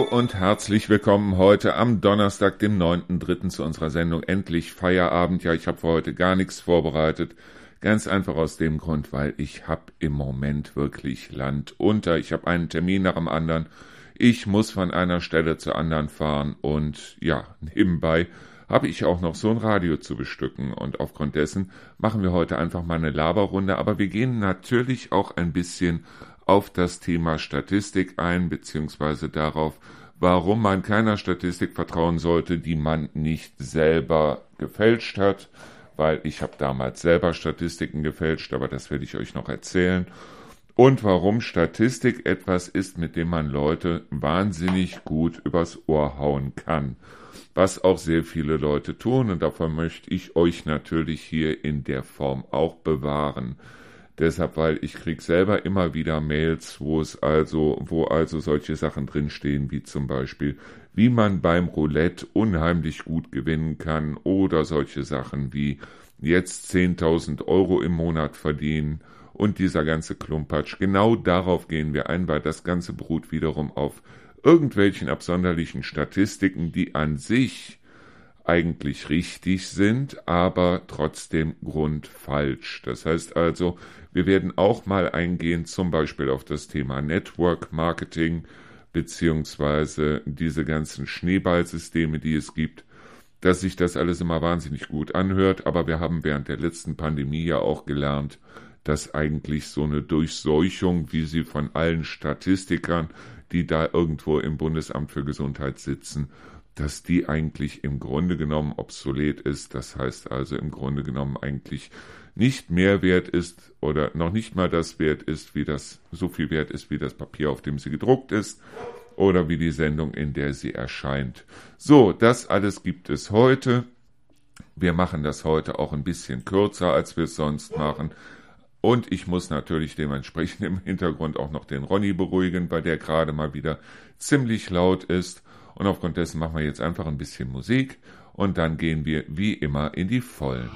und herzlich willkommen heute am Donnerstag, dem 9.3. zu unserer Sendung Endlich Feierabend. Ja, ich habe für heute gar nichts vorbereitet. Ganz einfach aus dem Grund, weil ich habe im Moment wirklich Land unter. Ich habe einen Termin nach dem anderen. Ich muss von einer Stelle zur anderen fahren und ja, nebenbei habe ich auch noch so ein Radio zu bestücken. Und aufgrund dessen machen wir heute einfach mal eine Laberrunde. Aber wir gehen natürlich auch ein bisschen auf das Thema Statistik ein, beziehungsweise darauf, warum man keiner Statistik vertrauen sollte, die man nicht selber gefälscht hat, weil ich habe damals selber Statistiken gefälscht, aber das werde ich euch noch erzählen. Und warum Statistik etwas ist, mit dem man Leute wahnsinnig gut übers Ohr hauen kann. Was auch sehr viele Leute tun, und davon möchte ich euch natürlich hier in der Form auch bewahren. Deshalb, weil ich kriege selber immer wieder Mails, wo also solche Sachen drinstehen, wie zum Beispiel, wie man beim Roulette unheimlich gut gewinnen kann oder solche Sachen wie jetzt 10.000 Euro im Monat verdienen und dieser ganze Klumpatsch. Genau darauf gehen wir ein, weil das Ganze beruht wiederum auf irgendwelchen absonderlichen Statistiken, die an sich eigentlich richtig sind, aber trotzdem grundfalsch. Das heißt also, wir werden auch mal eingehen, zum Beispiel auf das Thema Network Marketing, beziehungsweise diese ganzen Schneeballsysteme, die es gibt, dass sich das alles immer wahnsinnig gut anhört, aber wir haben während der letzten Pandemie ja auch gelernt, dass eigentlich so eine Durchseuchung, wie sie von allen Statistikern, die da irgendwo im Bundesamt für Gesundheit sitzen, dass die eigentlich im Grunde genommen obsolet ist. Das heißt also im Grunde genommen eigentlich nicht mehr wert ist oder noch nicht mal das wert ist, so viel wert ist, wie das Papier, auf dem sie gedruckt ist oder wie die Sendung, in der sie erscheint. So, das alles gibt es heute. Wir machen das heute auch ein bisschen kürzer, als wir es sonst machen. Und ich muss natürlich dementsprechend im Hintergrund auch noch den Ronny beruhigen, weil der gerade mal wieder ziemlich laut ist. Und aufgrund dessen machen wir jetzt einfach ein bisschen Musik und dann gehen wir wie immer in die Vollen.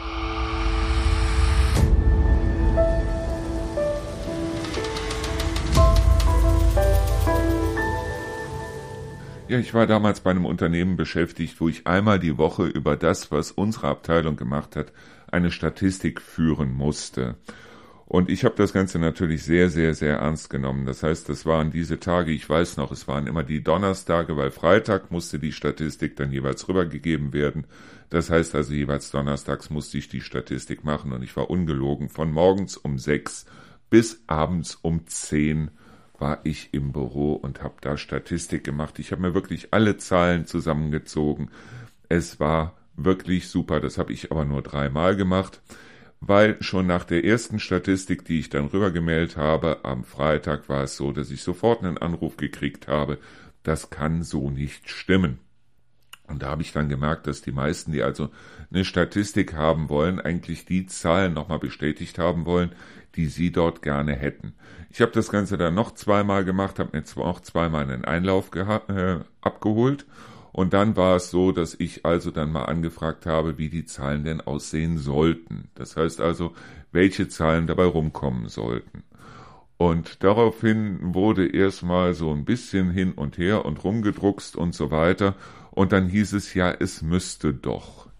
Ja, ich war damals bei einem Unternehmen beschäftigt, wo ich einmal die Woche über das, was unsere Abteilung gemacht hat, eine Statistik führen musste. Und ich habe das Ganze natürlich sehr, sehr, sehr ernst genommen. Das heißt, das waren diese Tage, ich weiß noch, es waren immer die Donnerstage, weil Freitag musste die Statistik dann jeweils rübergegeben werden. Das heißt also, jeweils donnerstags musste ich die Statistik machen und ich war ungelogen. Von morgens um 6 bis abends um 10 war ich im Büro und habe da Statistik gemacht. Ich habe mir wirklich alle Zahlen zusammengezogen. Es war wirklich super. Das habe ich aber nur 3-mal gemacht. Weil schon nach der ersten Statistik, die ich dann rübergemeldet habe, am Freitag war es so, dass ich sofort einen Anruf gekriegt habe, das kann so nicht stimmen. Und da habe ich dann gemerkt, dass die meisten, die also eine Statistik haben wollen, eigentlich die Zahlen nochmal bestätigt haben wollen, die sie dort gerne hätten. Ich habe das Ganze dann noch 2-mal gemacht, habe mir zwar auch 2-mal einen Einlauf abgeholt. Und dann war es so, dass ich also dann mal angefragt habe, wie die Zahlen denn aussehen sollten. Das heißt also, welche Zahlen dabei rumkommen sollten. Und daraufhin wurde erstmal so ein bisschen hin und her und rumgedruckst und so weiter. Und dann hieß es ja, es müsste doch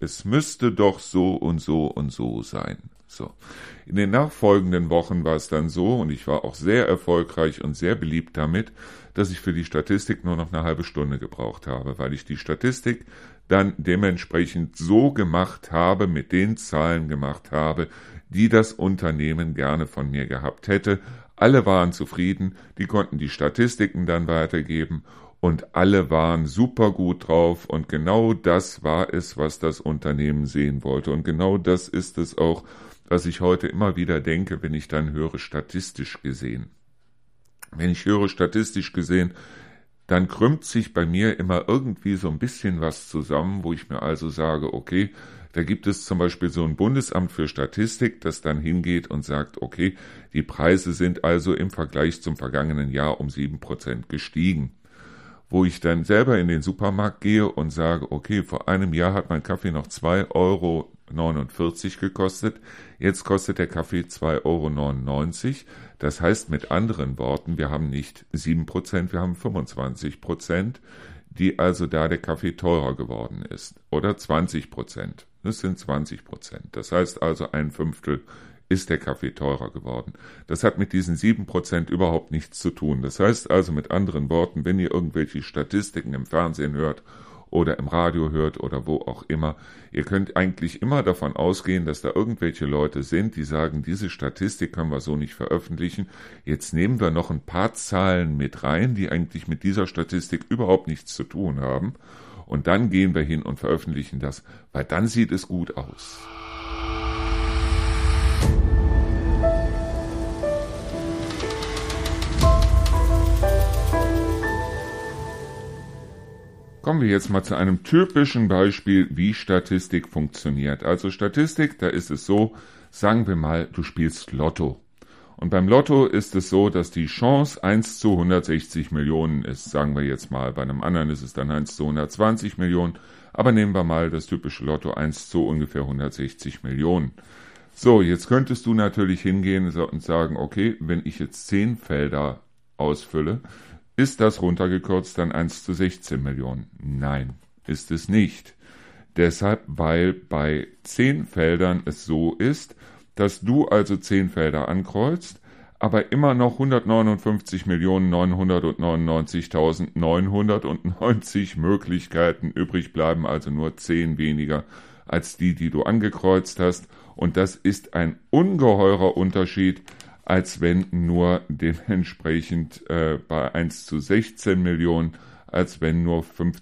so und so und so sein. So. In den nachfolgenden Wochen war es dann so, und ich war auch sehr erfolgreich und sehr beliebt damit, dass ich für die Statistik nur noch eine halbe Stunde gebraucht habe, weil ich die Statistik dann dementsprechend so gemacht habe, mit den Zahlen gemacht habe, die das Unternehmen gerne von mir gehabt hätte. Alle waren zufrieden, die konnten die Statistiken dann weitergeben und alle waren super gut drauf und genau das war es, was das Unternehmen sehen wollte. Und genau das ist es auch, was ich heute immer wieder denke, wenn ich dann höre, statistisch gesehen. Wenn ich höre, statistisch gesehen, dann krümmt sich bei mir immer irgendwie so ein bisschen was zusammen, wo ich mir also sage, okay, da gibt es zum Beispiel so ein Bundesamt für Statistik, das dann hingeht und sagt, okay, die Preise sind also im Vergleich zum vergangenen Jahr um 7% gestiegen. Wo ich dann selber in den Supermarkt gehe und sage, okay, vor einem Jahr hat mein Kaffee noch 2,30 Euro €1,49 gekostet. Jetzt kostet der Kaffee €2,99 €. Das heißt mit anderen Worten, wir haben nicht 7%, wir haben 25%, die also da der Kaffee teurer geworden ist. Oder 20%. Das sind 20%. Das heißt also 1/5 ist der Kaffee teurer geworden. Das hat mit diesen 7% überhaupt nichts zu tun. Das heißt also mit anderen Worten, wenn ihr irgendwelche Statistiken im Fernsehen hört oder im Radio hört oder wo auch immer, ihr könnt eigentlich immer davon ausgehen, dass da irgendwelche Leute sind, die sagen, diese Statistik können wir so nicht veröffentlichen. Jetzt nehmen wir noch ein paar Zahlen mit rein, die eigentlich mit dieser Statistik überhaupt nichts zu tun haben. Und dann gehen wir hin und veröffentlichen das, weil dann sieht es gut aus. Kommen wir jetzt mal zu einem typischen Beispiel, wie Statistik funktioniert. Also Statistik, da ist es so, sagen wir mal, du spielst Lotto. Und beim Lotto ist es so, dass die Chance 1 zu 160 Millionen ist, sagen wir jetzt mal. Bei einem anderen ist es dann 1 zu 120 Millionen. Aber nehmen wir mal das typische Lotto 1 zu ungefähr 160 Millionen. So, jetzt könntest du natürlich hingehen und sagen, okay, wenn ich jetzt 10 Felder ausfülle, ist das runtergekürzt dann 1 zu 16 Millionen? Nein, ist es nicht. Deshalb, weil bei 10 Feldern es so ist, dass du also 10 Felder ankreuzt, aber immer noch 149.999.990 Möglichkeiten übrig bleiben, also nur 10 weniger als die du angekreuzt hast. Und das ist ein ungeheurer Unterschied, als wenn nur dementsprechend bei 1 zu 16 Millionen, als wenn nur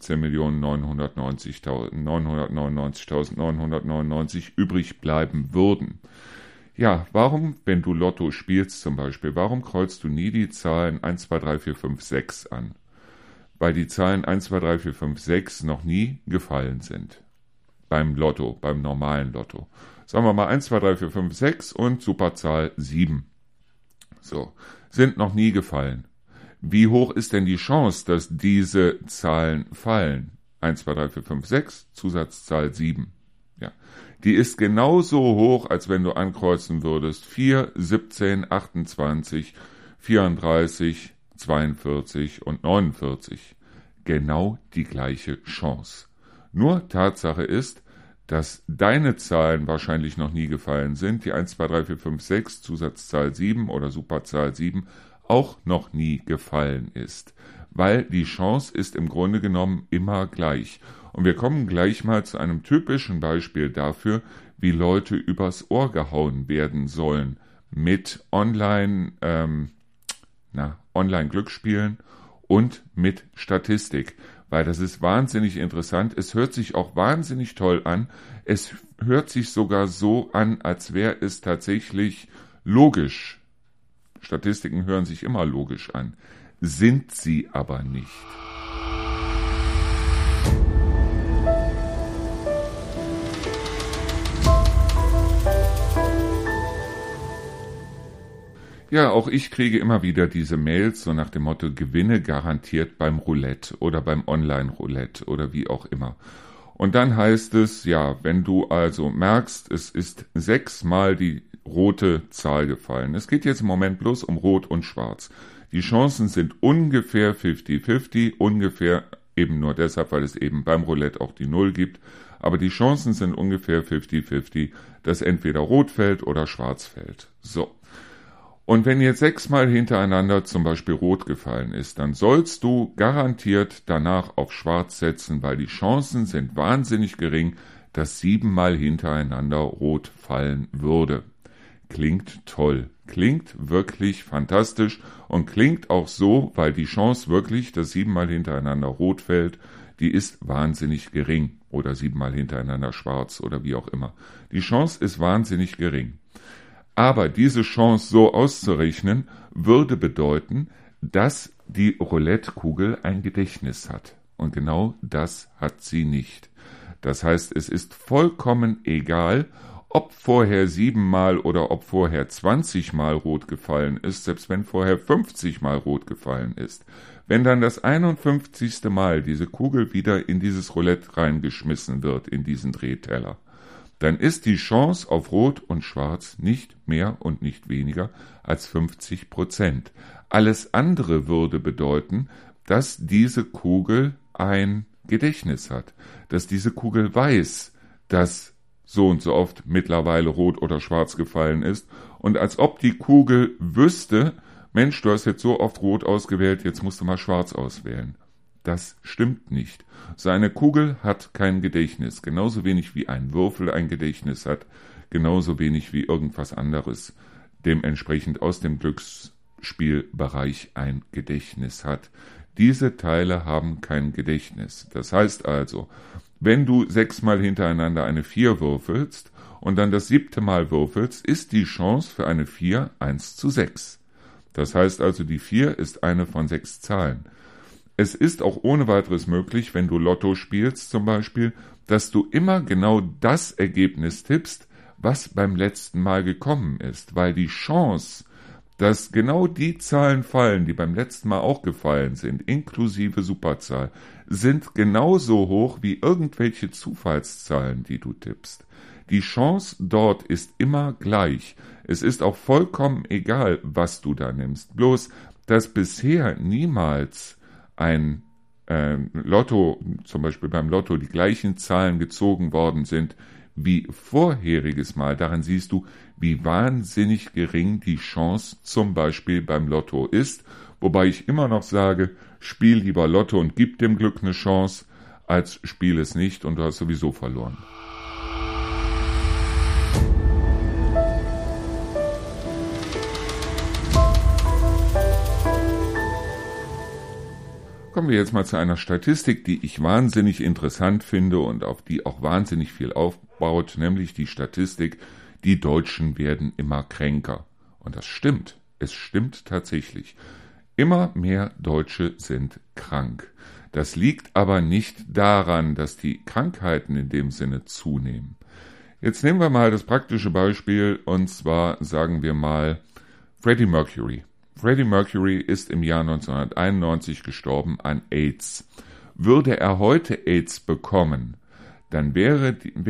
15.999.999 übrig bleiben würden. Ja, warum, wenn du Lotto spielst zum Beispiel, warum kreuzt du nie die Zahlen 1, 2, 3, 4, 5, 6 an? Weil die Zahlen 1, 2, 3, 4, 5, 6 noch nie gefallen sind. Beim Lotto, beim normalen Lotto. Sagen wir mal 1, 2, 3, 4, 5, 6 und Superzahl 7. So, sind noch nie gefallen. Wie hoch ist denn die Chance, dass diese Zahlen fallen? 1, 2, 3, 4, 5, 6, Zusatzzahl 7. Ja, die ist genauso hoch, als wenn du ankreuzen würdest 4, 17, 28, 34, 42 und 49. Genau die gleiche Chance. Nur Tatsache ist, dass deine Zahlen wahrscheinlich noch nie gefallen sind, die 1, 2, 3, 4, 5, 6, Zusatzzahl 7 oder Superzahl 7 auch noch nie gefallen ist, weil die Chance ist im Grunde genommen immer gleich. Und wir kommen gleich mal zu einem typischen Beispiel dafür, wie Leute übers Ohr gehauen werden sollen mit Online-Glücksspielen und mit Statistik. Weil das ist wahnsinnig interessant. Es hört sich auch wahnsinnig toll an. Es hört sich sogar so an, als wäre es tatsächlich logisch. Statistiken hören sich immer logisch an, sind sie aber nicht. Ja, auch ich kriege immer wieder diese Mails, so nach dem Motto, Gewinne garantiert beim Roulette oder beim Online-Roulette oder wie auch immer. Und dann heißt es, ja, wenn du also merkst, es ist 6-mal die rote Zahl gefallen. Es geht jetzt im Moment bloß um Rot und Schwarz. Die Chancen sind ungefähr 50-50, ungefähr eben nur deshalb, weil es eben beim Roulette auch die 0 gibt. Aber die Chancen sind ungefähr 50-50, dass entweder Rot fällt oder Schwarz fällt. So. Und wenn jetzt 6-mal hintereinander zum Beispiel Rot gefallen ist, dann sollst du garantiert danach auf Schwarz setzen, weil die Chancen sind wahnsinnig gering, dass 7-mal hintereinander Rot fallen würde. Klingt toll, klingt wirklich fantastisch und klingt auch so, weil die Chance wirklich, dass 7-mal hintereinander Rot fällt, die ist wahnsinnig gering. Oder 7-mal hintereinander Schwarz oder wie auch immer. Die Chance ist wahnsinnig gering. Aber diese Chance so auszurechnen, würde bedeuten, dass die Roulette-Kugel ein Gedächtnis hat. Und genau das hat sie nicht. Das heißt, es ist vollkommen egal, ob vorher 7-mal oder ob vorher 20-mal rot gefallen ist, selbst wenn vorher 50-mal rot gefallen ist. Wenn dann das 51. Mal diese Kugel wieder in dieses Roulette reingeschmissen wird, in diesen Drehteller, dann ist die Chance auf Rot und Schwarz nicht mehr und nicht weniger als 50%. Alles andere würde bedeuten, dass diese Kugel ein Gedächtnis hat, dass diese Kugel weiß, dass so und so oft mittlerweile rot oder schwarz gefallen ist und als ob die Kugel wüsste, Mensch, du hast jetzt so oft rot ausgewählt, jetzt musst du mal schwarz auswählen. Das stimmt nicht. So eine Kugel hat kein Gedächtnis, genauso wenig wie ein Würfel ein Gedächtnis hat, genauso wenig wie irgendwas anderes dementsprechend aus dem Glücksspielbereich ein Gedächtnis hat. Diese Teile haben kein Gedächtnis. Das heißt also, wenn du 6 Mal hintereinander eine 4 würfelst und dann das 7. Mal würfelst, ist die Chance für eine 4 1:6. Das heißt also, die 4 ist eine von 6 Zahlen. Es ist auch ohne weiteres möglich, wenn du Lotto spielst zum Beispiel, dass du immer genau das Ergebnis tippst, was beim letzten Mal gekommen ist, weil die Chance, dass genau die Zahlen fallen, die beim letzten Mal auch gefallen sind, inklusive Superzahl, sind genauso hoch wie irgendwelche Zufallszahlen, die du tippst. Die Chance dort ist immer gleich. Es ist auch vollkommen egal, was du da nimmst. Bloß, dass bisher niemals ein Lotto, zum Beispiel beim Lotto, die gleichen Zahlen gezogen worden sind wie vorheriges Mal. Daran siehst du, wie wahnsinnig gering die Chance zum Beispiel beim Lotto ist. Wobei ich immer noch sage, spiel lieber Lotto und gib dem Glück eine Chance, als spiel es nicht und du hast sowieso verloren. Kommen wir jetzt mal zu einer Statistik, die ich wahnsinnig interessant finde und auf die auch wahnsinnig viel aufbaut, nämlich die Statistik, die Deutschen werden immer kränker. Und das stimmt. Es stimmt tatsächlich. Immer mehr Deutsche sind krank. Das liegt aber nicht daran, dass die Krankheiten in dem Sinne zunehmen. Jetzt nehmen wir mal das praktische Beispiel, und zwar sagen wir mal Freddie Mercury. Freddie Mercury ist im Jahr 1991 gestorben an AIDS. Würde er heute AIDS bekommen, dann wäre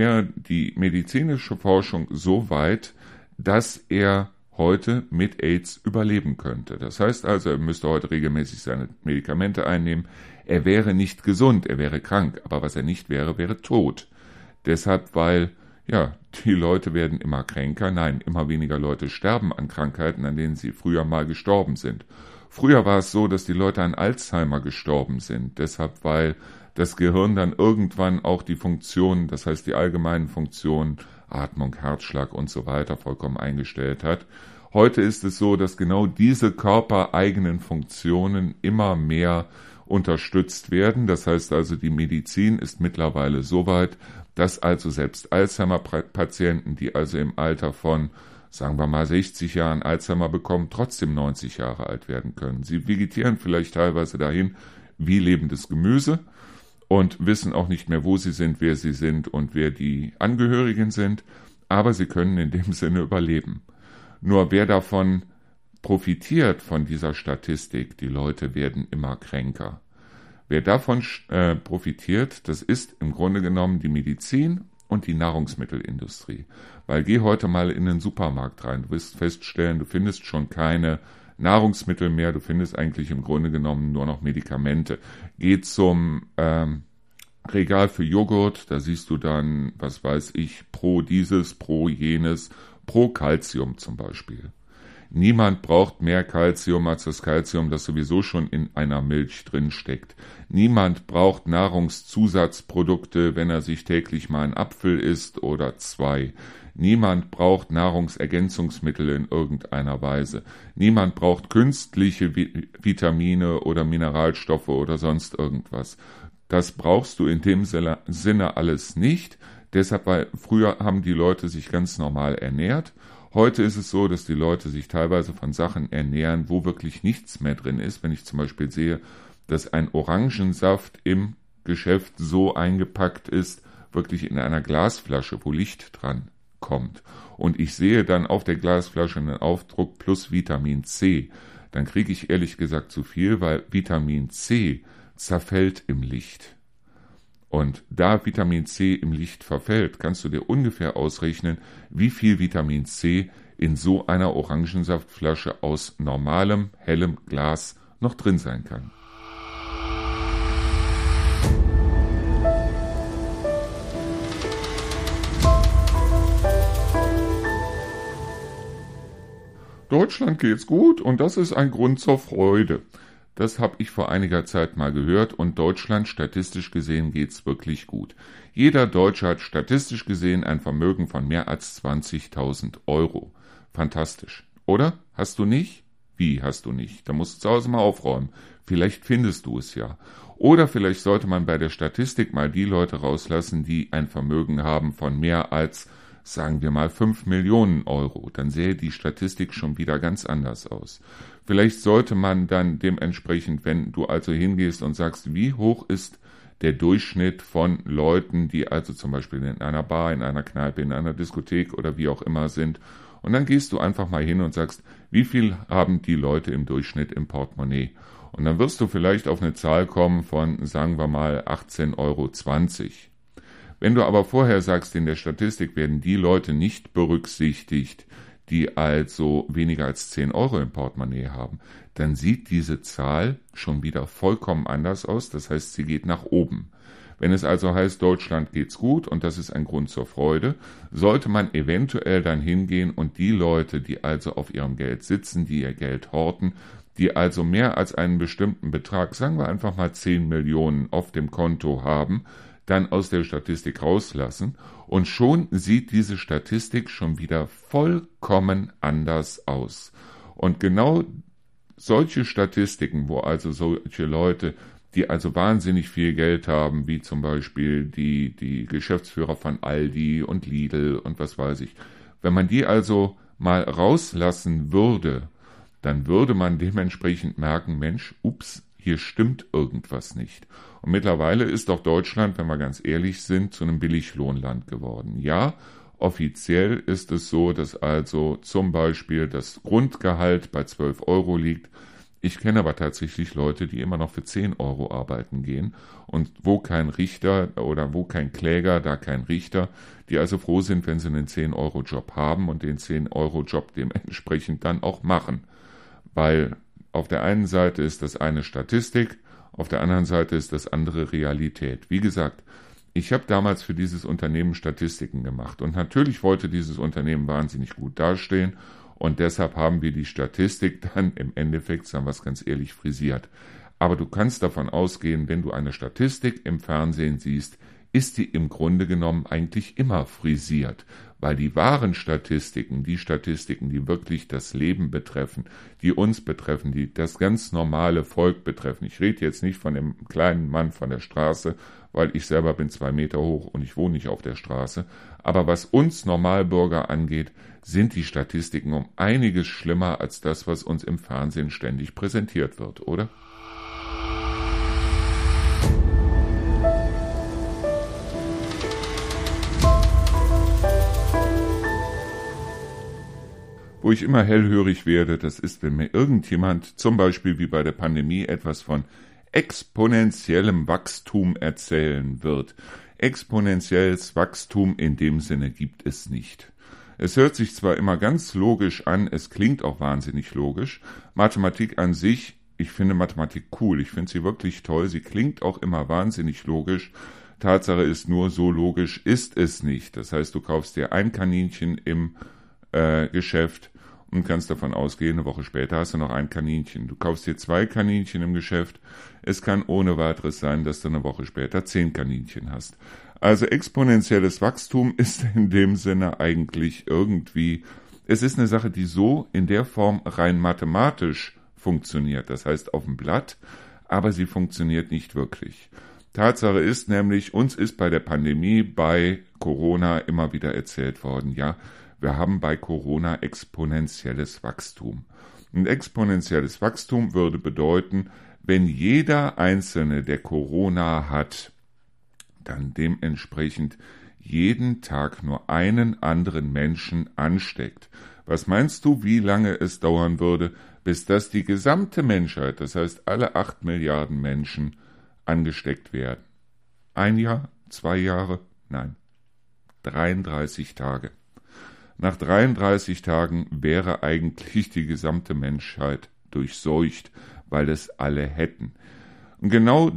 die medizinische Forschung so weit, dass er heute mit AIDS überleben könnte. Das heißt also, er müsste heute regelmäßig seine Medikamente einnehmen. Er wäre nicht gesund, er wäre krank, aber was er nicht wäre, wäre tot. Deshalb, weil die Leute werden immer kränker. Nein, immer weniger Leute sterben an Krankheiten, an denen sie früher mal gestorben sind. Früher war es so, dass die Leute an Alzheimer gestorben sind. Deshalb, weil das Gehirn dann irgendwann auch die Funktionen, das heißt die allgemeinen Funktionen, Atmung, Herzschlag und so weiter, vollkommen eingestellt hat. Heute ist es so, dass genau diese körpereigenen Funktionen immer mehr unterstützt werden. Das heißt also, die Medizin ist mittlerweile so weit, dass also selbst Alzheimer-Patienten, die also im Alter von, sagen wir mal, 60 Jahren Alzheimer bekommen, trotzdem 90 Jahre alt werden können. Sie vegetieren vielleicht teilweise dahin wie lebendes Gemüse und wissen auch nicht mehr, wo sie sind, wer sie sind und wer die Angehörigen sind, aber sie können in dem Sinne überleben. Nur wer davon profitiert von dieser Statistik, die Leute werden immer kränker. Wer davon profitiert, das ist im Grunde genommen die Medizin und die Nahrungsmittelindustrie. Weil geh heute mal in den Supermarkt rein, du wirst feststellen, du findest schon keine Nahrungsmittel mehr, du findest eigentlich im Grunde genommen nur noch Medikamente. Geh zum Regal für Joghurt, da siehst du dann, was weiß ich, pro dieses, pro jenes, pro Calcium zum Beispiel. Niemand braucht mehr Calcium als das Calcium, das sowieso schon in einer Milch drin steckt. Niemand braucht Nahrungszusatzprodukte, wenn er sich täglich mal einen Apfel isst oder 2. Niemand braucht Nahrungsergänzungsmittel in irgendeiner Weise. Niemand braucht künstliche Vitamine oder Mineralstoffe oder sonst irgendwas. Das brauchst du in dem Sinne alles nicht. Deshalb, weil früher haben die Leute sich ganz normal ernährt. Heute ist es so, dass die Leute sich teilweise von Sachen ernähren, wo wirklich nichts mehr drin ist. Wenn ich zum Beispiel sehe, dass ein Orangensaft im Geschäft so eingepackt ist, wirklich in einer Glasflasche, wo Licht dran kommt. Und ich sehe dann auf der Glasflasche einen Aufdruck plus Vitamin C. Dann kriege ich ehrlich gesagt zu viel, weil Vitamin C zerfällt im Licht. Und da Vitamin C im Licht verfällt, kannst du dir ungefähr ausrechnen, wie viel Vitamin C in so einer Orangensaftflasche aus normalem, hellem Glas noch drin sein kann. Deutschland geht's gut und das ist ein Grund zur Freude. Das habe ich vor einiger Zeit mal gehört und Deutschland statistisch gesehen geht's wirklich gut. Jeder Deutsche hat statistisch gesehen ein Vermögen von mehr als 20.000 Euro. Fantastisch, oder? Hast du nicht? Wie hast du nicht? Da musst du zu Hause mal aufräumen. Vielleicht findest du es ja. Oder vielleicht sollte man bei der Statistik mal die Leute rauslassen, die ein Vermögen haben von mehr als, sagen wir mal, 5 Millionen Euro. Dann sähe die Statistik schon wieder ganz anders aus. Vielleicht sollte man dann dementsprechend, wenn du also hingehst und sagst, wie hoch ist der Durchschnitt von Leuten, die also zum Beispiel in einer Bar, in einer Kneipe, in einer Diskothek oder wie auch immer sind, und dann gehst du einfach mal hin und sagst, wie viel haben die Leute im Durchschnitt im Portemonnaie? Und dann wirst du vielleicht auf eine Zahl kommen von, sagen wir mal, 18,20 Euro. Wenn du aber vorher sagst, in der Statistik werden die Leute nicht berücksichtigt, die also weniger als 10 Euro im Portemonnaie haben, dann sieht diese Zahl schon wieder vollkommen anders aus. Das heißt, sie geht nach oben. Wenn es also heißt, Deutschland geht's gut und das ist ein Grund zur Freude, sollte man eventuell dann hingehen und die Leute, die also auf ihrem Geld sitzen, die ihr Geld horten, die also mehr als einen bestimmten Betrag, sagen wir einfach mal 10 Millionen auf dem Konto haben, dann aus der Statistik rauslassen und schon sieht diese Statistik schon wieder vollkommen anders aus. Und genau solche Statistiken, wo also solche Leute, die also wahnsinnig viel Geld haben, wie zum Beispiel die Geschäftsführer von Aldi und Lidl und was weiß ich, wenn man die also mal rauslassen würde, dann würde man dementsprechend merken, Mensch, ups, hier stimmt irgendwas nicht. Und mittlerweile ist auch Deutschland, wenn wir ganz ehrlich sind, zu einem Billiglohnland geworden. Ja, offiziell ist es so, dass also zum Beispiel das Grundgehalt bei 12 Euro liegt. Ich kenne aber tatsächlich Leute, die immer noch für 10 Euro arbeiten gehen und wo kein Richter oder wo kein Kläger, da kein Richter, die also froh sind, wenn sie einen 10-Euro-Job haben und den 10-Euro-Job dementsprechend dann auch machen. Weil auf der einen Seite ist das eine Statistik, auf der anderen Seite ist das andere Realität. Wie gesagt, ich habe damals für dieses Unternehmen Statistiken gemacht und natürlich wollte dieses Unternehmen wahnsinnig gut dastehen und deshalb haben wir die Statistik dann im Endeffekt, sagen wir es ganz ehrlich, frisiert. Aber du kannst davon ausgehen, wenn du eine Statistik im Fernsehen siehst, ist die im Grunde genommen eigentlich immer frisiert, weil die wahren Statistiken, die wirklich das Leben betreffen, die uns betreffen, die das ganz normale Volk betreffen. Ich rede jetzt nicht von dem kleinen Mann von der Straße, weil ich selber bin 2 Meter hoch und ich wohne nicht auf der Straße. Aber was uns Normalbürger angeht, sind die Statistiken um einiges schlimmer als das, was uns im Fernsehen ständig präsentiert wird, oder? Wo ich immer hellhörig werde, das ist, wenn mir irgendjemand, zum Beispiel wie bei der Pandemie, etwas von exponentiellem Wachstum erzählen wird. Exponentielles Wachstum in dem Sinne gibt es nicht. Es hört sich zwar immer ganz logisch an, es klingt auch wahnsinnig logisch. Mathematik an sich, ich finde Mathematik cool, ich finde sie wirklich toll, sie klingt auch immer wahnsinnig logisch. Tatsache ist nur, so logisch ist es nicht. Das heißt, du kaufst dir ein Kaninchen im Geschäft und kannst davon ausgehen, eine Woche später hast du noch ein Kaninchen. Du kaufst dir 2 Kaninchen im Geschäft. Es kann ohne weiteres sein, dass du eine Woche später 10 Kaninchen hast. Also exponentielles Wachstum ist in dem Sinne eigentlich irgendwie, es ist eine Sache, die so in der Form rein mathematisch funktioniert. Das heißt auf dem Blatt, aber sie funktioniert nicht wirklich. Tatsache ist nämlich, uns ist bei der Pandemie, bei Corona immer wieder erzählt worden, ja, wir haben bei Corona exponentielles Wachstum. Und exponentielles Wachstum würde bedeuten, wenn jeder Einzelne, der Corona hat, dann dementsprechend jeden Tag nur einen anderen Menschen ansteckt. Was meinst du, wie lange es dauern würde, bis das die gesamte Menschheit, das heißt alle 8 Milliarden Menschen, angesteckt werden? 1 Jahr, 2 Jahre? Nein, 33 Tage. Nach 33 Tagen wäre eigentlich die gesamte Menschheit durchseucht, weil es alle hätten. Und genau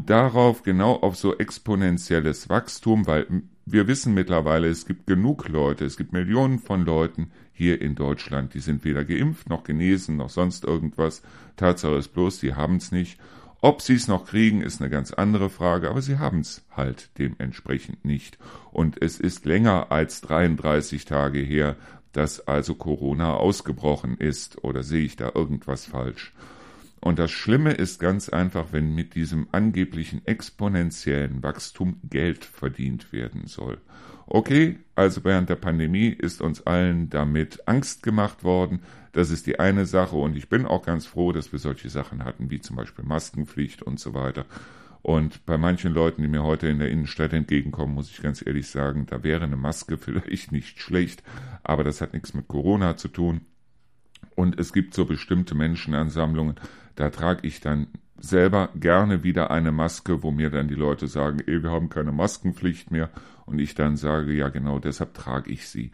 auf so exponentielles Wachstum, weil wir wissen mittlerweile, es gibt genug Leute, es gibt Millionen von Leuten hier in Deutschland, die sind weder geimpft, noch genesen, noch sonst irgendwas. Tatsache ist bloß, die haben es nicht. Ob sie es noch kriegen, ist eine ganz andere Frage, aber sie haben es halt dementsprechend nicht. Und es ist länger als 33 Tage her, dass also Corona ausgebrochen ist. Oder sehe ich da irgendwas falsch? Und das Schlimme ist ganz einfach, wenn mit diesem angeblichen exponentiellen Wachstum Geld verdient werden soll. Okay, also während der Pandemie ist uns allen damit Angst gemacht worden. Das ist die eine Sache und ich bin auch ganz froh, dass wir solche Sachen hatten, wie zum Beispiel Maskenpflicht und so weiter. Und bei manchen Leuten, die mir heute in der Innenstadt entgegenkommen, muss ich ganz ehrlich sagen, da wäre eine Maske vielleicht nicht schlecht, aber das hat nichts mit Corona zu tun. Und es gibt so bestimmte Menschenansammlungen, da trage ich dann selber gerne wieder eine Maske, wo mir dann die Leute sagen, wir haben keine Maskenpflicht mehr. Und ich dann sage, ja genau, deshalb trage ich sie.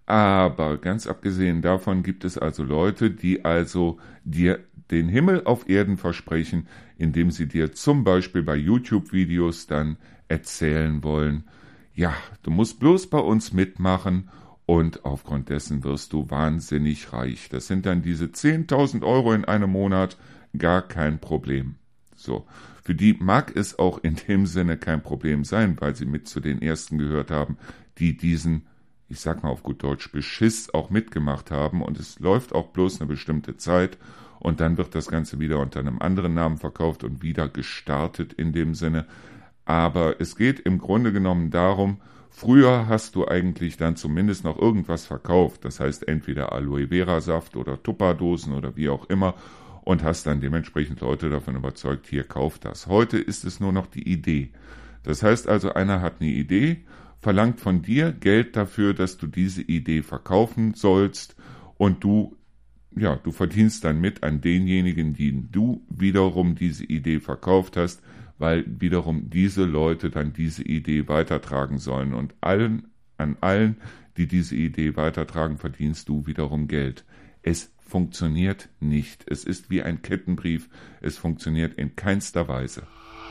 Aber ganz abgesehen davon gibt es also Leute, die also dir den Himmel auf Erden versprechen, indem sie dir zum Beispiel bei YouTube-Videos dann erzählen wollen, ja, du musst bloß bei uns mitmachen und aufgrund dessen wirst du wahnsinnig reich. Das sind dann diese 10.000 Euro in einem Monat, gar kein Problem. So, für die mag es auch in dem Sinne kein Problem sein, weil sie mit zu den Ersten gehört haben, die diesen, ich sag mal auf gut Deutsch, Beschiss auch mitgemacht haben und es läuft auch bloß eine bestimmte Zeit und dann wird das Ganze wieder unter einem anderen Namen verkauft und wieder gestartet in dem Sinne. Aber es geht im Grunde genommen darum, früher hast du eigentlich dann zumindest noch irgendwas verkauft, das heißt entweder Aloe Vera Saft oder Tupperdosen oder wie auch immer, und hast dann dementsprechend Leute davon überzeugt, hier, kauf das. Heute ist es nur noch die Idee. Das heißt also, einer hat eine Idee, verlangt von dir Geld dafür, dass du diese Idee verkaufen sollst und du verdienst dann mit an denjenigen, die du wiederum diese Idee verkauft hast, weil wiederum diese Leute dann diese Idee weitertragen sollen und an allen, die diese Idee weitertragen, verdienst du wiederum Geld. Es funktioniert nicht. Es ist wie ein Kettenbrief. Es funktioniert in keinster Weise.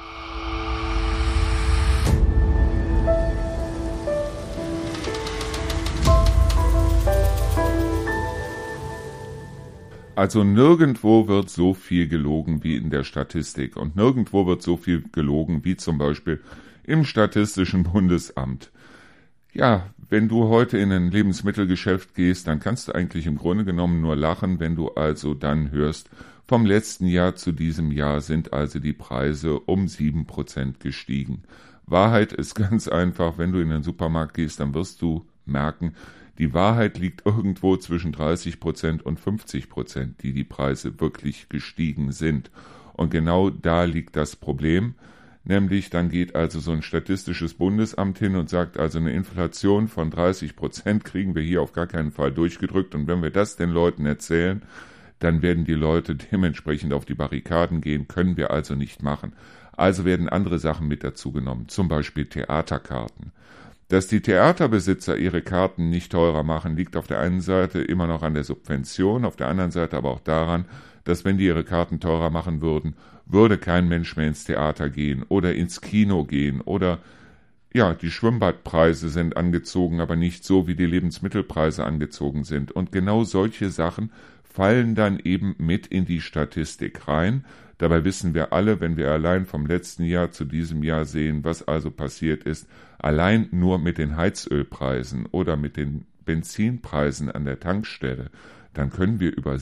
Also nirgendwo wird so viel gelogen wie in der Statistik und nirgendwo wird so viel gelogen wie zum Beispiel im Statistischen Bundesamt. Ja, wenn du heute in ein Lebensmittelgeschäft gehst, dann kannst du eigentlich im Grunde genommen nur lachen, wenn du also dann hörst, vom letzten Jahr zu diesem Jahr sind also die Preise um 7% gestiegen. Wahrheit ist ganz einfach, wenn du in den Supermarkt gehst, dann wirst du merken, die Wahrheit liegt irgendwo zwischen 30% und 50%, die Preise wirklich gestiegen sind. Und genau da liegt das Problem. Nämlich dann geht also so ein Statistisches Bundesamt hin und sagt, also eine Inflation von 30% kriegen wir hier auf gar keinen Fall durchgedrückt. Und wenn wir das den Leuten erzählen, dann werden die Leute dementsprechend auf die Barrikaden gehen, können wir also nicht machen. Also werden andere Sachen mit dazu genommen, zum Beispiel Theaterkarten. Dass die Theaterbesitzer ihre Karten nicht teurer machen, liegt auf der einen Seite immer noch an der Subvention, auf der anderen Seite aber auch daran, dass wenn die ihre Karten teurer machen würden, würde kein Mensch mehr ins Theater gehen oder ins Kino gehen oder ja, die Schwimmbadpreise sind angezogen, aber nicht so, wie die Lebensmittelpreise angezogen sind. Und genau solche Sachen fallen dann eben mit in die Statistik rein. Dabei wissen wir alle, wenn wir allein vom letzten Jahr zu diesem Jahr sehen, was also passiert ist, allein nur mit den Heizölpreisen oder mit den Benzinpreisen an der Tankstelle, dann können wir über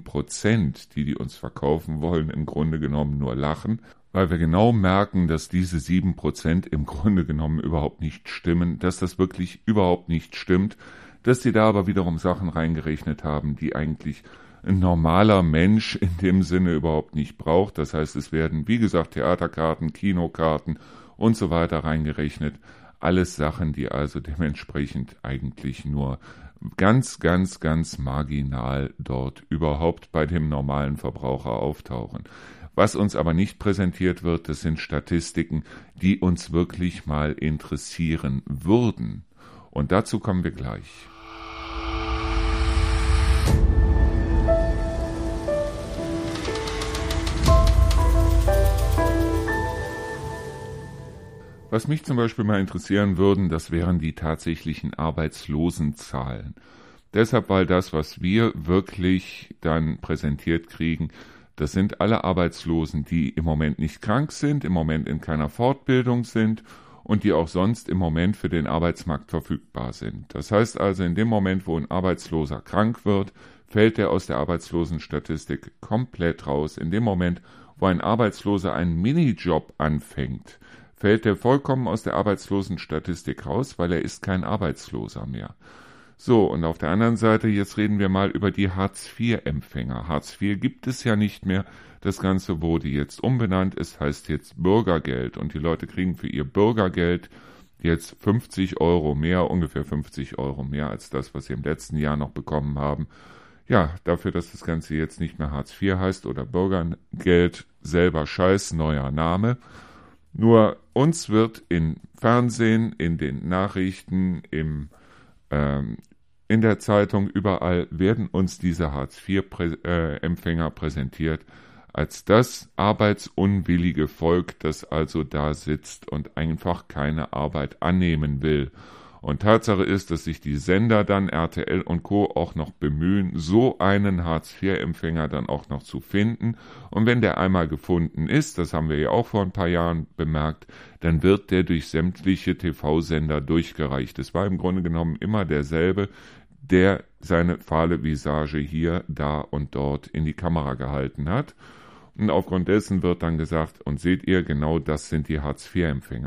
7%, die uns verkaufen wollen, im Grunde genommen nur lachen, weil wir genau merken, dass diese 7% im Grunde genommen überhaupt nicht stimmen, dass das wirklich überhaupt nicht stimmt, dass die da aber wiederum Sachen reingerechnet haben, die eigentlich ein normaler Mensch in dem Sinne überhaupt nicht braucht. Das heißt, es werden, wie gesagt, Theaterkarten, Kinokarten und so weiter reingerechnet. Alles Sachen, die also dementsprechend eigentlich nur ganz, ganz, ganz marginal dort überhaupt bei dem normalen Verbraucher auftauchen. Was uns aber nicht präsentiert wird, das sind Statistiken, die uns wirklich mal interessieren würden. Und dazu kommen wir gleich. Was mich zum Beispiel mal interessieren würden, das wären die tatsächlichen Arbeitslosenzahlen. Deshalb, weil das, was wir wirklich dann präsentiert kriegen, das sind alle Arbeitslosen, die im Moment nicht krank sind, im Moment in keiner Fortbildung sind und die auch sonst im Moment für den Arbeitsmarkt verfügbar sind. Das heißt also, in dem Moment, wo ein Arbeitsloser krank wird, fällt er aus der Arbeitslosenstatistik komplett raus. In dem Moment, wo ein Arbeitsloser einen Minijob anfängt, fällt er vollkommen aus der Arbeitslosenstatistik raus, weil er ist kein Arbeitsloser mehr. So, und auf der anderen Seite, jetzt reden wir mal über die Hartz-IV-Empfänger. Hartz IV gibt es ja nicht mehr. Das Ganze wurde jetzt umbenannt. Es heißt jetzt Bürgergeld. Und die Leute kriegen für ihr Bürgergeld jetzt 50 Euro mehr, ungefähr 50 Euro mehr als das, was sie im letzten Jahr noch bekommen haben. Ja, dafür, dass das Ganze jetzt nicht mehr Hartz IV heißt oder Bürgergeld, selber Scheiß, neuer Name. Nur uns wird im Fernsehen, in den Nachrichten, in der Zeitung, überall werden uns diese Hartz-IV-Empfänger präsentiert als das arbeitsunwillige Volk, das also da sitzt und einfach keine Arbeit annehmen will. Und Tatsache ist, dass sich die Sender dann, RTL und Co. auch noch bemühen, so einen Hartz-IV-Empfänger dann auch noch zu finden. Und wenn der einmal gefunden ist, das haben wir ja auch vor ein paar Jahren bemerkt, dann wird der durch sämtliche TV-Sender durchgereicht. Es war im Grunde genommen immer derselbe, der seine fahle Visage hier, da und dort in die Kamera gehalten hat. Und aufgrund dessen wird dann gesagt, und seht ihr, genau das sind die Hartz-IV-Empfänger.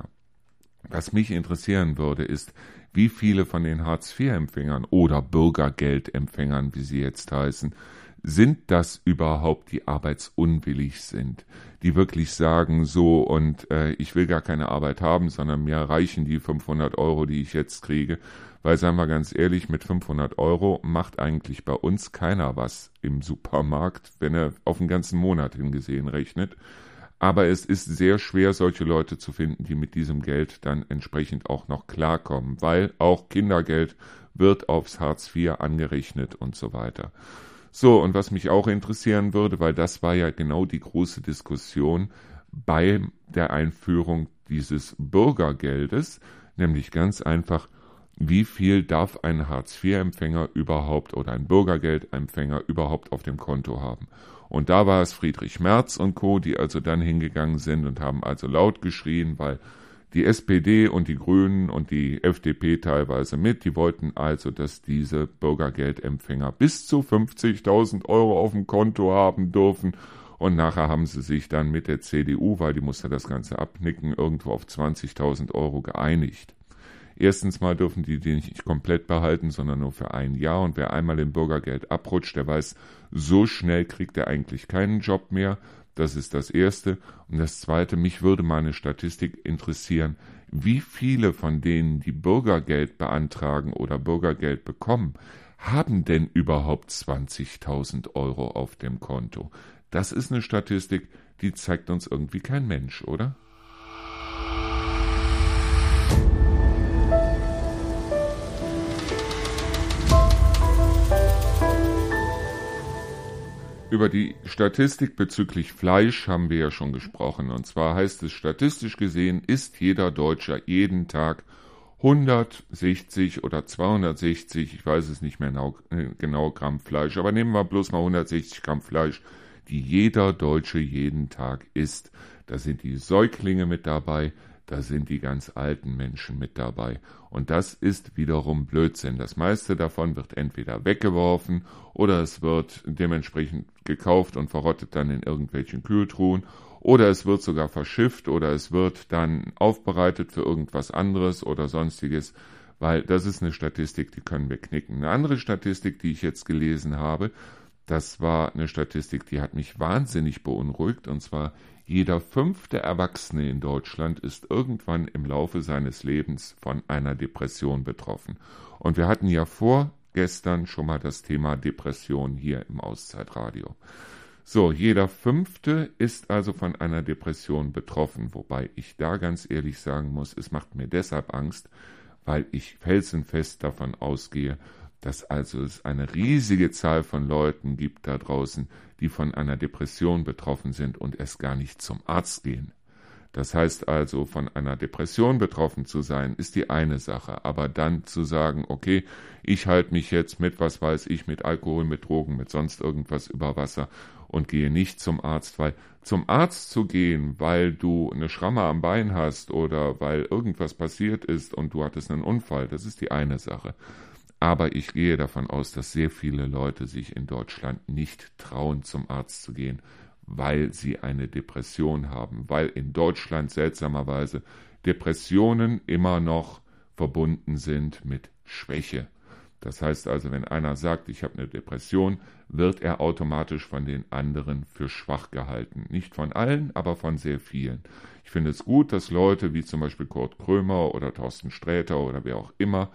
Was mich interessieren würde, ist, wie viele von den Hartz-IV-Empfängern oder Bürgergeldempfängern, wie sie jetzt heißen, sind das überhaupt, die arbeitsunwillig sind, die wirklich sagen, so und ich will gar keine Arbeit haben, sondern mir reichen die 500 Euro, die ich jetzt kriege, weil, sagen wir ganz ehrlich, mit 500 Euro macht eigentlich bei uns keiner was im Supermarkt, wenn er auf den ganzen Monat hingesehen rechnet. Aber es ist sehr schwer, solche Leute zu finden, die mit diesem Geld dann entsprechend auch noch klarkommen, weil auch Kindergeld wird aufs Hartz IV angerechnet und so weiter. So, und was mich auch interessieren würde, weil das war ja genau die große Diskussion bei der Einführung dieses Bürgergeldes, nämlich ganz einfach, wie viel darf ein Hartz-IV-Empfänger überhaupt oder ein Bürgergeldempfänger überhaupt auf dem Konto haben? Und da war es Friedrich Merz und Co., die also dann hingegangen sind und haben also laut geschrien, weil die SPD und die Grünen und die FDP teilweise mit, die wollten also, dass diese Bürgergeldempfänger bis zu 50.000 Euro auf dem Konto haben dürfen. Und nachher haben sie sich dann mit der CDU, weil die musste das Ganze abnicken, irgendwo auf 20.000 Euro geeinigt. Erstens mal dürfen die nicht komplett behalten, sondern nur für ein Jahr. Und wer einmal im Bürgergeld abrutscht, der weiß, so schnell kriegt er eigentlich keinen Job mehr. Das ist das Erste. Und das Zweite, mich würde mal eine Statistik interessieren, wie viele von denen, die Bürgergeld beantragen oder Bürgergeld bekommen, haben denn überhaupt 20.000 Euro auf dem Konto? Das ist eine Statistik, die zeigt uns irgendwie kein Mensch, oder? Über die Statistik bezüglich Fleisch haben wir ja schon gesprochen. Und zwar heißt es, statistisch gesehen isst jeder Deutsche jeden Tag 160 oder 260, ich weiß es nicht mehr genau, Gramm Fleisch. Aber nehmen wir bloß mal 160 Gramm Fleisch, die jeder Deutsche jeden Tag isst. Da sind die Säuglinge mit dabei, da sind die ganz alten Menschen mit dabei. Und das ist wiederum Blödsinn. Das meiste davon wird entweder weggeworfen oder es wird dementsprechend gekauft und verrottet dann in irgendwelchen Kühltruhen. Oder es wird sogar verschifft oder es wird dann aufbereitet für irgendwas anderes oder sonstiges. Weil das ist eine Statistik, die können wir knicken. Eine andere Statistik, die ich jetzt gelesen habe, das war eine Statistik, die hat mich wahnsinnig beunruhigt. Und zwar, jeder 5. Erwachsene in Deutschland ist irgendwann im Laufe seines Lebens von einer Depression betroffen. Und wir hatten ja vorgestern schon mal das Thema Depression hier im Auszeitradio. So, jeder Fünfte ist also von einer Depression betroffen, wobei ich da ganz ehrlich sagen muss, es macht mir deshalb Angst, weil ich felsenfest davon ausgehe, dass also es eine riesige Zahl von Leuten gibt da draußen, die von einer Depression betroffen sind und erst gar nicht zum Arzt gehen. Das heißt also, von einer Depression betroffen zu sein, ist die eine Sache, aber dann zu sagen, okay, ich halte mich jetzt mit, was weiß ich, mit Alkohol, mit Drogen, mit sonst irgendwas über Wasser und gehe nicht zum Arzt, weil zum Arzt zu gehen, weil du eine Schramme am Bein hast oder weil irgendwas passiert ist und du hattest einen Unfall, das ist die eine Sache. Aber ich gehe davon aus, dass sehr viele Leute sich in Deutschland nicht trauen, zum Arzt zu gehen, weil sie eine Depression haben, weil in Deutschland seltsamerweise Depressionen immer noch verbunden sind mit Schwäche. Das heißt also, wenn einer sagt, ich habe eine Depression, wird er automatisch von den anderen für schwach gehalten. Nicht von allen, aber von sehr vielen. Ich finde es gut, dass Leute wie zum Beispiel Kurt Krömer oder Thorsten Sträter oder wer auch immer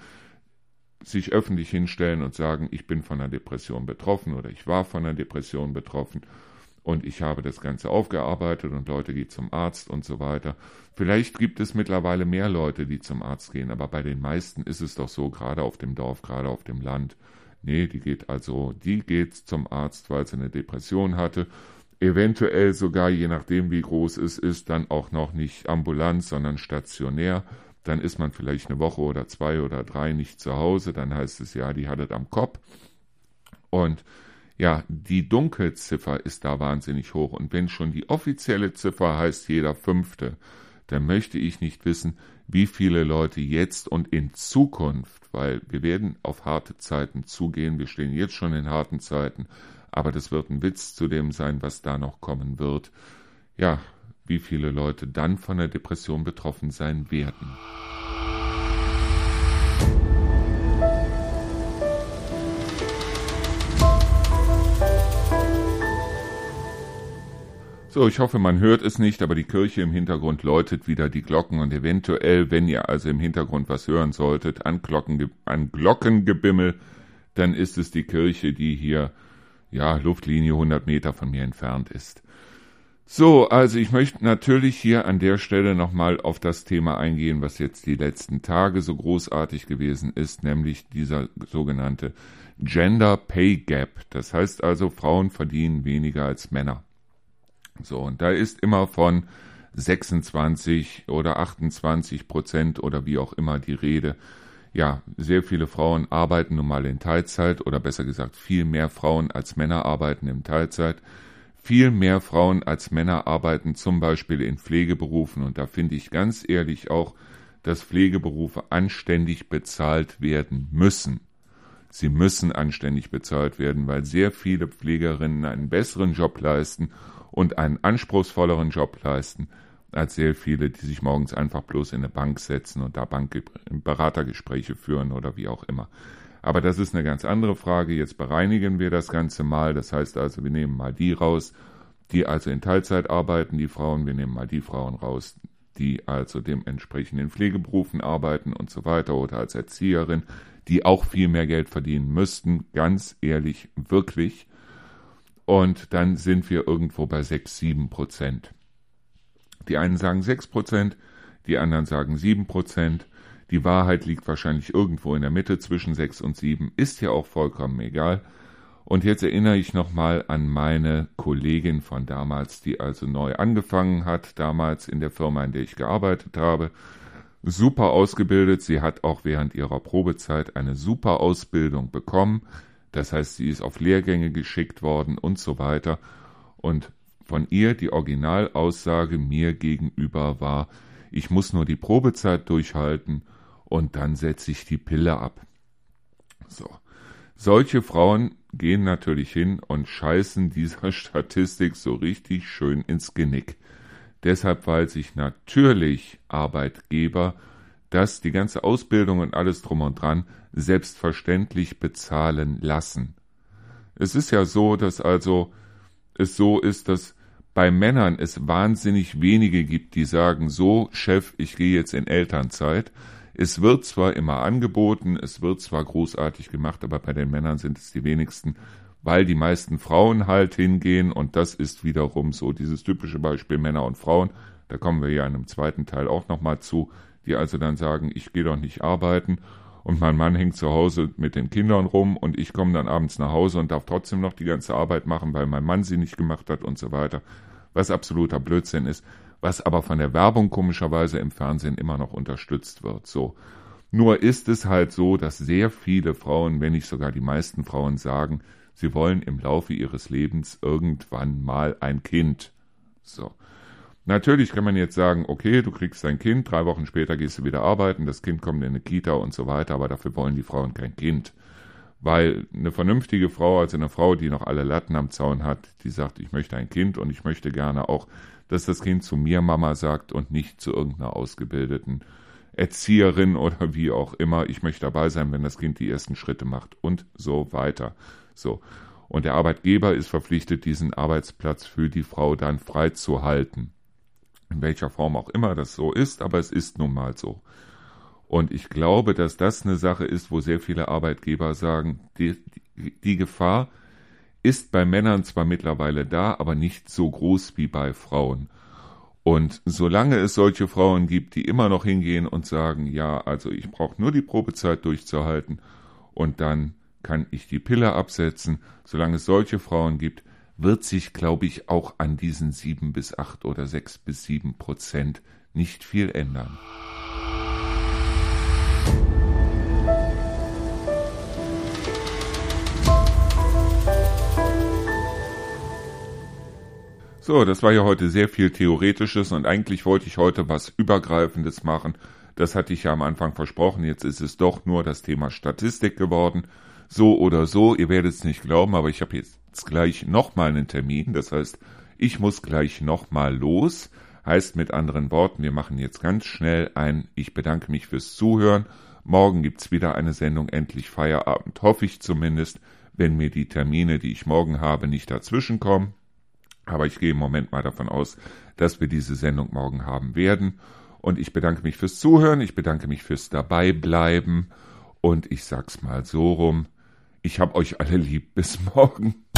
sich öffentlich hinstellen und sagen, ich bin von einer Depression betroffen oder ich war von einer Depression betroffen und ich habe das Ganze aufgearbeitet und Leute gehen zum Arzt und so weiter. Vielleicht gibt es mittlerweile mehr Leute, die zum Arzt gehen, aber bei den meisten ist es doch so, gerade auf dem Dorf, gerade auf dem Land, nee, die geht zum Arzt, weil sie eine Depression hatte, eventuell sogar, je nachdem wie groß es ist, dann auch noch nicht ambulant, sondern stationär. Dann ist man vielleicht eine Woche oder 2 oder 3 nicht zu Hause, dann heißt es ja, die hat es am Kopf. Und ja, die Dunkelziffer ist da wahnsinnig hoch. Und wenn schon die offizielle Ziffer heißt jeder Fünfte, dann möchte ich nicht wissen, wie viele Leute jetzt und in Zukunft, weil wir werden auf harte Zeiten zugehen, wir stehen jetzt schon in harten Zeiten, aber das wird ein Witz zu dem sein, was da noch kommen wird. Ja, wie viele Leute dann von der Depression betroffen sein werden. So, ich hoffe, man hört es nicht, aber die Kirche im Hintergrund läutet wieder die Glocken und eventuell, wenn ihr also im Hintergrund was hören solltet, an Glockengebimmel, dann ist es die Kirche, die hier, ja, Luftlinie 100 Meter von mir entfernt ist. So, also ich möchte natürlich hier an der Stelle nochmal auf das Thema eingehen, was jetzt die letzten Tage so großartig gewesen ist, nämlich dieser sogenannte Gender Pay Gap. Das heißt also, Frauen verdienen weniger als Männer. So, und da ist immer von 26 oder 28% oder wie auch immer die Rede. Ja, sehr viele Frauen arbeiten nun mal in Teilzeit oder besser gesagt, viel mehr Frauen als Männer arbeiten in Teilzeit. Viel mehr Frauen als Männer arbeiten zum Beispiel in Pflegeberufen und da finde ich ganz ehrlich auch, dass Pflegeberufe anständig bezahlt werden müssen. Sie müssen anständig bezahlt werden, weil sehr viele Pflegerinnen einen besseren Job leisten und einen anspruchsvolleren Job leisten, als sehr viele, die sich morgens einfach bloß in eine Bank setzen und da Beratergespräche führen oder wie auch immer. Aber das ist eine ganz andere Frage. Jetzt bereinigen wir das Ganze mal. Das heißt also, wir nehmen mal die raus, die also in Teilzeit arbeiten, die Frauen. Wir nehmen mal die Frauen raus, die also dementsprechend in Pflegeberufen arbeiten und so weiter oder als Erzieherin, die auch viel mehr Geld verdienen müssten. Ganz ehrlich, wirklich. Und dann sind wir irgendwo bei 6-7%. Die einen sagen 6%, die anderen sagen 7%. Die Wahrheit liegt wahrscheinlich irgendwo in der Mitte zwischen 6 und 7, ist ja auch vollkommen egal. Und jetzt erinnere ich nochmal an meine Kollegin von damals, die also neu angefangen hat, damals in der Firma, in der ich gearbeitet habe. Super ausgebildet, sie hat auch während ihrer Probezeit eine super Ausbildung bekommen. Das heißt, sie ist auf Lehrgänge geschickt worden und so weiter. Und von ihr die Originalaussage mir gegenüber war, ich muss nur die Probezeit durchhalten und dann setze ich die Pille ab. So. Solche Frauen gehen natürlich hin und scheißen dieser Statistik so richtig schön ins Genick. Deshalb weiß ich natürlich Arbeitgeber, dass die ganze Ausbildung und alles drum und dran selbstverständlich bezahlen lassen. Es ist ja so, dass also es so ist, dass bei Männern es wahnsinnig wenige gibt, die sagen, so, Chef, ich gehe jetzt in Elternzeit. Es wird zwar immer angeboten, es wird zwar großartig gemacht, aber bei den Männern sind es die wenigsten, weil die meisten Frauen halt hingehen und das ist wiederum so dieses typische Beispiel Männer und Frauen, da kommen wir ja in einem zweiten Teil auch nochmal zu, die also dann sagen, ich gehe doch nicht arbeiten und mein Mann hängt zu Hause mit den Kindern rum und ich komme dann abends nach Hause und darf trotzdem noch die ganze Arbeit machen, weil mein Mann sie nicht gemacht hat und so weiter, was absoluter Blödsinn ist, was aber von der Werbung komischerweise im Fernsehen immer noch unterstützt wird, so. Nur ist es halt so, dass sehr viele Frauen, wenn nicht sogar die meisten Frauen sagen, sie wollen im Laufe ihres Lebens irgendwann mal ein Kind. So. Natürlich kann man jetzt sagen, okay, du kriegst ein Kind, 3 Wochen später gehst du wieder arbeiten, das Kind kommt in eine Kita und so weiter, aber dafür wollen die Frauen kein Kind. Weil eine vernünftige Frau, also eine Frau, die noch alle Latten am Zaun hat, die sagt, ich möchte ein Kind und ich möchte gerne auch, dass das Kind zu mir Mama sagt und nicht zu irgendeiner ausgebildeten Erzieherin oder wie auch immer. Ich möchte dabei sein, wenn das Kind die ersten Schritte macht und so weiter. So. Und der Arbeitgeber ist verpflichtet, diesen Arbeitsplatz für die Frau dann freizuhalten. In welcher Form auch immer das so ist, aber es ist nun mal so. Und ich glaube, dass das eine Sache ist, wo sehr viele Arbeitgeber sagen, die Gefahr ist bei Männern zwar mittlerweile da, aber nicht so groß wie bei Frauen. Und solange es solche Frauen gibt, die immer noch hingehen und sagen, ja, also ich brauche nur die Probezeit durchzuhalten und dann kann ich die Pille absetzen, solange es solche Frauen gibt, wird sich, glaube ich, auch an diesen 7 bis 8 oder 6 bis 7% nicht viel ändern. So, das war ja heute sehr viel Theoretisches und eigentlich wollte ich heute was Übergreifendes machen. Das hatte ich ja am Anfang versprochen, jetzt ist es doch nur das Thema Statistik geworden. So oder so, ihr werdet es nicht glauben, aber ich habe jetzt gleich nochmal einen Termin. Das heißt, ich muss gleich nochmal los. Heißt mit anderen Worten, wir machen jetzt ganz schnell ein Ich bedanke mich fürs Zuhören. Morgen gibt's wieder eine Sendung Endlich Feierabend, hoffe ich zumindest, wenn mir die Termine, die ich morgen habe, nicht dazwischen kommen. Aber ich gehe im Moment mal davon aus, dass wir diese Sendung morgen haben werden. Und ich bedanke mich fürs Zuhören, ich bedanke mich fürs Dabeibleiben und ich sag's mal so rum, ich hab euch alle lieb, bis morgen.